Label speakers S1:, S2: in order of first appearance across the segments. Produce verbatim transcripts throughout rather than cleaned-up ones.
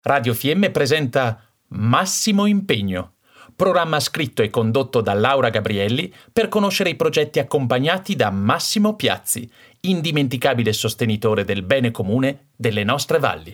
S1: Radio Fiemme presenta Massimo Impegno, programma scritto e condotto da Laura Gabrielli per conoscere i progetti accompagnati da Massimo Piazzi, indimenticabile sostenitore del bene comune delle nostre valli.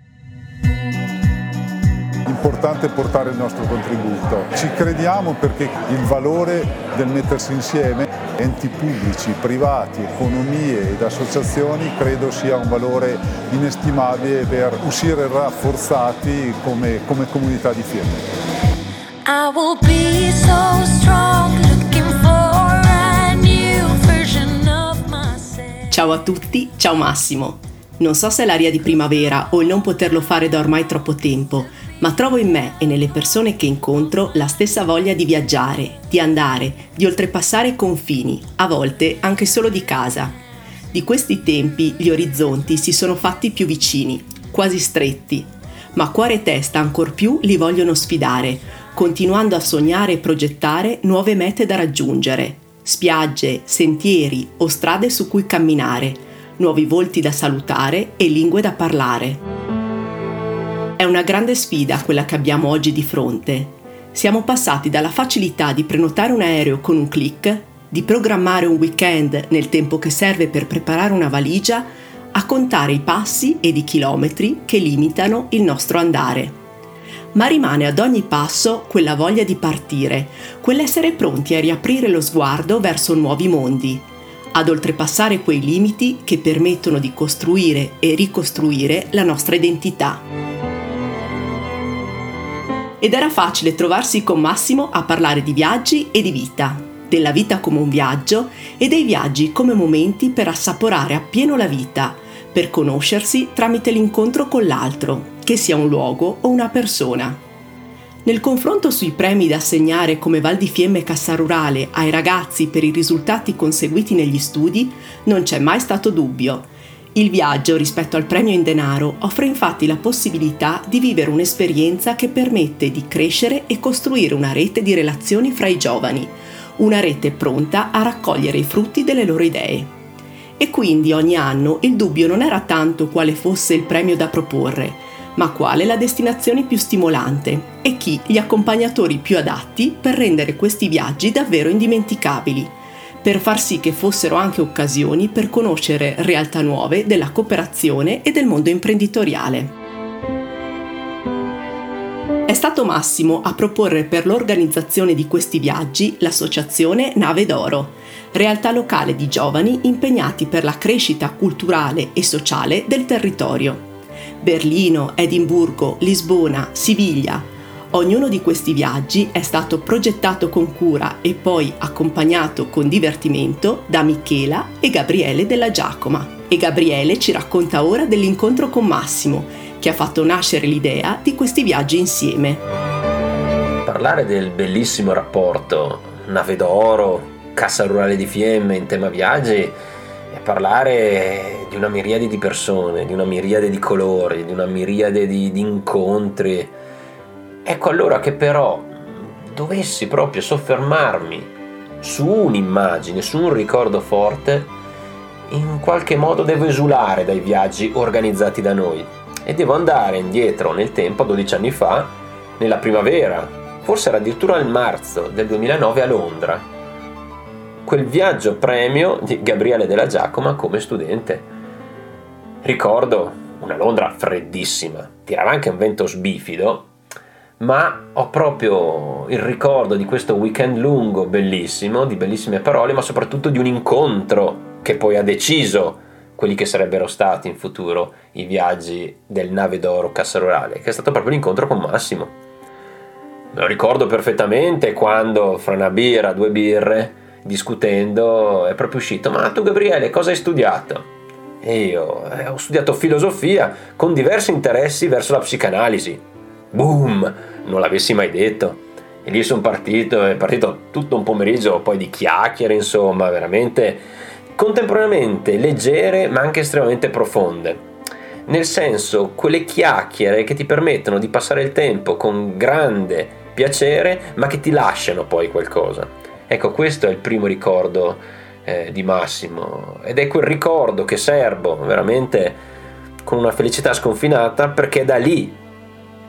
S2: Importante portare il nostro contributo. Ci crediamo perché il valore del mettersi insieme, enti pubblici, privati, economie ed associazioni, credo sia un valore inestimabile per uscire rafforzati come, come comunità di Fiemme.
S3: I will be so strong, looking for a new version of myself.
S4: Ciao a tutti, ciao Massimo. Non so se è l'aria di primavera o il non poterlo fare da ormai troppo tempo, ma trovo in me e nelle persone che incontro la stessa voglia di viaggiare, di andare, di oltrepassare i confini, a volte anche solo di casa. Di questi tempi gli orizzonti si sono fatti più vicini, quasi stretti, ma cuore e testa ancor più li vogliono sfidare, continuando a sognare e progettare nuove mete da raggiungere, spiagge, sentieri o strade su cui camminare, nuovi volti da salutare e lingue da parlare. È una grande sfida quella che abbiamo oggi di fronte. Siamo passati dalla facilità di prenotare un aereo con un click, di programmare un weekend nel tempo che serve per preparare una valigia, a contare i passi ed i chilometri che limitano il nostro andare. Ma rimane ad ogni passo quella voglia di partire, quell'essere pronti a riaprire lo sguardo verso nuovi mondi, ad oltrepassare quei limiti che permettono di costruire e ricostruire la nostra identità. Ed era facile trovarsi con Massimo a parlare di viaggi e di vita, della vita come un viaggio e dei viaggi come momenti per assaporare appieno la vita, per conoscersi tramite l'incontro con l'altro, che sia un luogo o una persona. Nel confronto sui premi da assegnare come Val di Fiemme Cassa Rurale ai ragazzi per i risultati conseguiti negli studi, non c'è mai stato dubbio. Il viaggio, rispetto al premio in denaro, offre infatti la possibilità di vivere un'esperienza che permette di crescere e costruire una rete di relazioni fra i giovani, una rete pronta a raccogliere i frutti delle loro idee. E quindi ogni anno il dubbio non era tanto quale fosse il premio da proporre, ma quale la destinazione più stimolante e chi gli accompagnatori più adatti per rendere questi viaggi davvero indimenticabili, per far sì che fossero anche occasioni per conoscere realtà nuove della cooperazione e del mondo imprenditoriale. È stato Massimo a proporre per l'organizzazione di questi viaggi l'associazione Nave d'Oro, realtà locale di giovani impegnati per la crescita culturale e sociale del territorio. Berlino, Edimburgo, Lisbona, Siviglia. Ognuno di questi viaggi è stato progettato con cura e poi accompagnato con divertimento da Michela e Gabriele della Giacoma. E Gabriele ci racconta ora dell'incontro con Massimo, che ha fatto nascere l'idea di questi viaggi insieme.
S5: Parlare del bellissimo rapporto Nave d'Oro, Cassa Rurale di Fiemme in tema viaggi è parlare di una miriade di persone, di una miriade di colori, di una miriade di, di incontri. Ecco allora che però dovessi proprio soffermarmi su un'immagine, su un ricordo forte, in qualche modo devo esulare dai viaggi organizzati da noi e devo andare indietro nel tempo, dodici anni fa, nella primavera, forse era addirittura nel marzo del duemilanove a Londra. Quel viaggio premio di Gabriele della Giacoma come studente. Ricordo una Londra freddissima, tirava anche un vento sbifido, ma ho proprio il ricordo di questo weekend lungo bellissimo, di bellissime parole, ma soprattutto di un incontro che poi ha deciso quelli che sarebbero stati in futuro i viaggi del Nave d'Oro Cassa Rurale, che è stato proprio l'incontro con Massimo. Me lo ricordo perfettamente quando fra una birra, due birre, discutendo, è proprio uscito: ma tu Gabriele cosa hai studiato? E io eh, ho studiato filosofia con diversi interessi verso la psicanalisi. Boom! Non l'avessi mai detto. E lì sono partito, è partito tutto un pomeriggio poi di chiacchiere, insomma, veramente contemporaneamente leggere ma anche estremamente profonde. Nel senso, quelle chiacchiere che ti permettono di passare il tempo con grande piacere ma che ti lasciano poi qualcosa. Ecco, questo è il primo ricordo eh, di Massimo, ed è quel ricordo che serbo veramente con una felicità sconfinata, perché da lì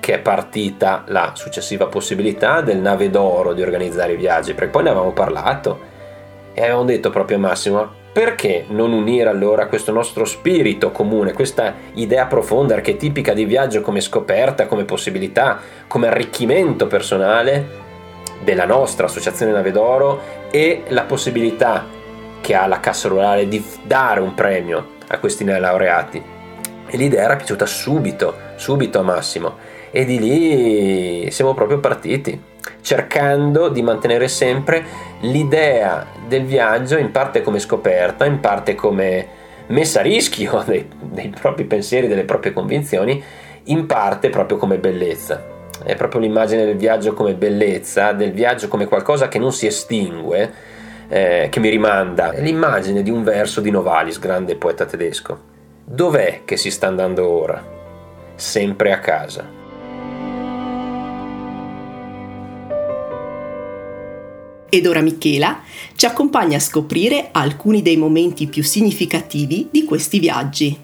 S5: che è partita la successiva possibilità del Nave d'Oro di organizzare i viaggi, perché poi ne avevamo parlato e avevamo detto proprio a Massimo: perché non unire allora questo nostro spirito comune, questa idea profonda, archetipica di viaggio come scoperta, come possibilità, come arricchimento personale della nostra associazione Nave d'Oro, e la possibilità che ha la Cassa Rurale di dare un premio a questi neolaureati. E l'idea era piaciuta subito, subito a Massimo, e di lì siamo proprio partiti, cercando di mantenere sempre l'idea del viaggio in parte come scoperta, in parte come messa a rischio dei, dei propri pensieri, delle proprie convinzioni, in parte proprio come bellezza. È proprio l'immagine del viaggio come bellezza, del viaggio come qualcosa che non si estingue, eh, che mi rimanda. È l'immagine di un verso di Novalis, grande poeta tedesco. Dov'è che si sta andando ora? Sempre a casa.
S4: Ed ora Michela ci accompagna a scoprire alcuni dei momenti più significativi di questi viaggi.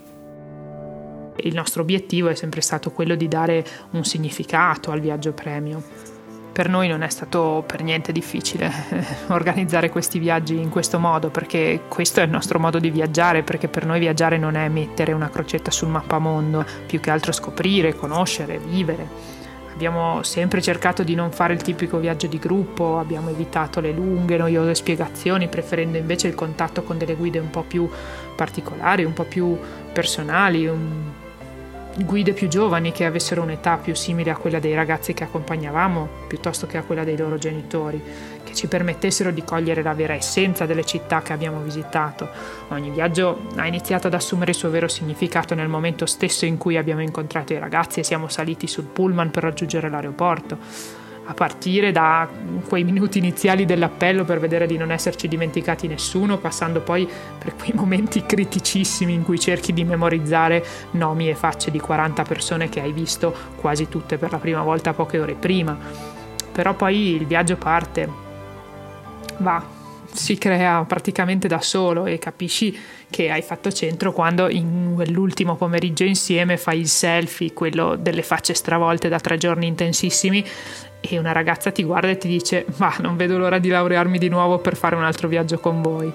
S6: Il nostro obiettivo è sempre stato quello di dare un significato al viaggio premio. Per noi non è stato per niente difficile organizzare questi viaggi in questo modo, perché questo è il nostro modo di viaggiare, perché per noi viaggiare non è mettere una crocetta sul mappamondo, più che altro scoprire, conoscere, vivere. Abbiamo sempre cercato di non fare il tipico viaggio di gruppo, abbiamo evitato le lunghe, noiose spiegazioni, preferendo invece il contatto con delle guide un po' più particolari, un po' più personali, un... guide più giovani che avessero un'età più simile a quella dei ragazzi che accompagnavamo, piuttosto che a quella dei loro genitori, che ci permettessero di cogliere la vera essenza delle città che abbiamo visitato. Ogni viaggio ha iniziato ad assumere il suo vero significato nel momento stesso in cui abbiamo incontrato i ragazzi e siamo saliti sul pullman per raggiungere l'aeroporto, a partire da quei minuti iniziali dell'appello per vedere di non esserci dimenticati nessuno, passando poi per quei momenti criticissimi in cui cerchi di memorizzare nomi e facce di quaranta persone che hai visto quasi tutte per la prima volta poche ore prima. Però poi il viaggio parte, va, si crea praticamente da solo e capisci che hai fatto centro quando in quell'ultimo pomeriggio insieme fai il selfie, quello delle facce stravolte da tre giorni intensissimi, e una ragazza ti guarda e ti dice: ma non vedo l'ora di laurearmi di nuovo per fare un altro viaggio con voi.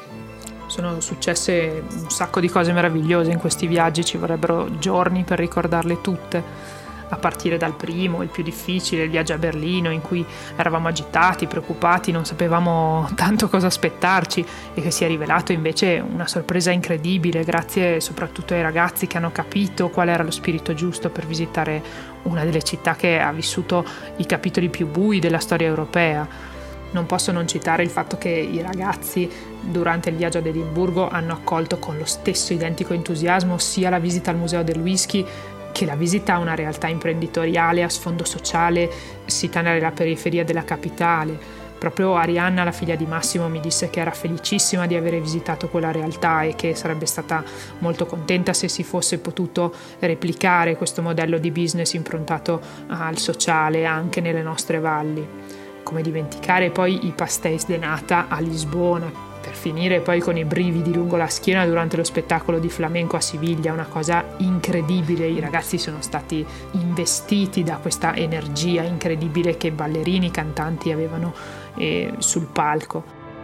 S6: Sono successe un sacco di cose meravigliose in questi viaggi, ci vorrebbero giorni per ricordarle tutte, a partire dal primo, il più difficile, il viaggio a Berlino, in cui eravamo agitati, preoccupati, non sapevamo tanto cosa aspettarci, e che si è rivelato invece una sorpresa incredibile, grazie soprattutto ai ragazzi che hanno capito qual era lo spirito giusto per visitare una delle città che ha vissuto i capitoli più bui della storia europea. Non posso non citare il fatto che i ragazzi durante il viaggio ad Edimburgo hanno accolto con lo stesso identico entusiasmo sia la visita al Museo del Whisky che la visita a una realtà imprenditoriale a sfondo sociale sita nella periferia della capitale. Proprio Arianna, la figlia di Massimo, mi disse che era felicissima di avere visitato quella realtà e che sarebbe stata molto contenta se si fosse potuto replicare questo modello di business improntato al sociale anche nelle nostre valli. Come dimenticare poi i pastéis de nata a Lisbona, per finire poi con i brividi lungo la schiena durante lo spettacolo di flamenco a Siviglia, una cosa incredibile. I ragazzi sono stati investiti da questa energia incredibile che ballerini, cantanti avevano eh, sul palco.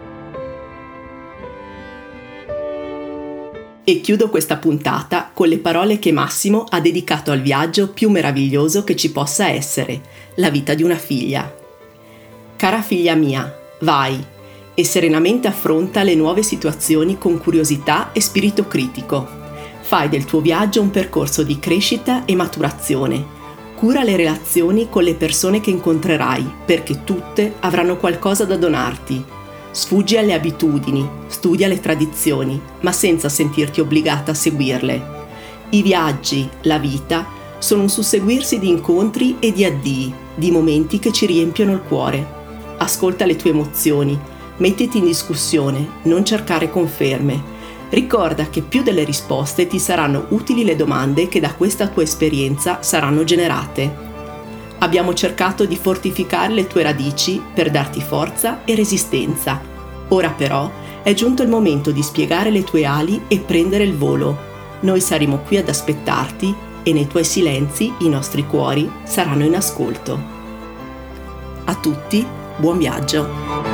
S4: E chiudo questa puntata con le parole che Massimo ha dedicato al viaggio più meraviglioso che ci possa essere, la vita di una figlia. Cara figlia mia, vai e serenamente affronta le nuove situazioni con curiosità e spirito critico. Fai del tuo viaggio un percorso di crescita e maturazione. Cura le relazioni con le persone che incontrerai, perché tutte avranno qualcosa da donarti. Sfuggi alle abitudini, studia le tradizioni, ma senza sentirti obbligata a seguirle. I viaggi, la vita, sono un susseguirsi di incontri e di addii, di momenti che ci riempiono il cuore. Ascolta le tue emozioni, mettiti in discussione, non cercare conferme. Ricorda che più delle risposte ti saranno utili le domande che da questa tua esperienza saranno generate. Abbiamo cercato di fortificare le tue radici per darti forza e resistenza. Ora però è giunto il momento di spiegare le tue ali e prendere il volo. Noi saremo qui ad aspettarti e nei tuoi silenzi i nostri cuori saranno in ascolto. A tutti, buon viaggio!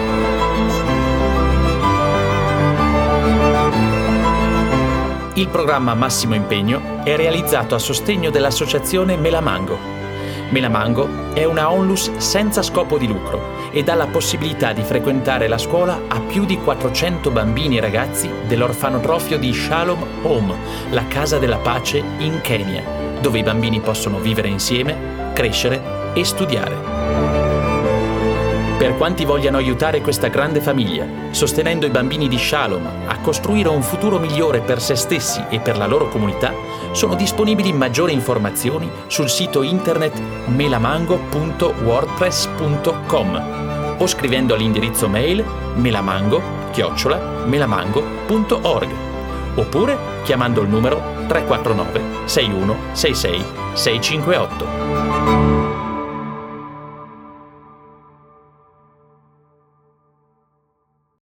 S1: Il programma Massimo Impegno è realizzato a sostegno dell'associazione Melamango. Melamango è una onlus senza scopo di lucro e dà la possibilità di frequentare la scuola a più di quattrocento bambini e ragazzi dell'orfanotrofio di Shalom Home, la Casa della Pace in Kenya, dove i bambini possono vivere insieme, crescere e studiare. Per quanti vogliano aiutare questa grande famiglia, sostenendo i bambini di Shalom a costruire un futuro migliore per se stessi e per la loro comunità, sono disponibili maggiori informazioni sul sito internet melamango punto wordpress punto com o scrivendo all'indirizzo mail melamango chiocciola melamango punto org oppure chiamando il numero tre quattro nove sei uno sei sei sei cinque otto.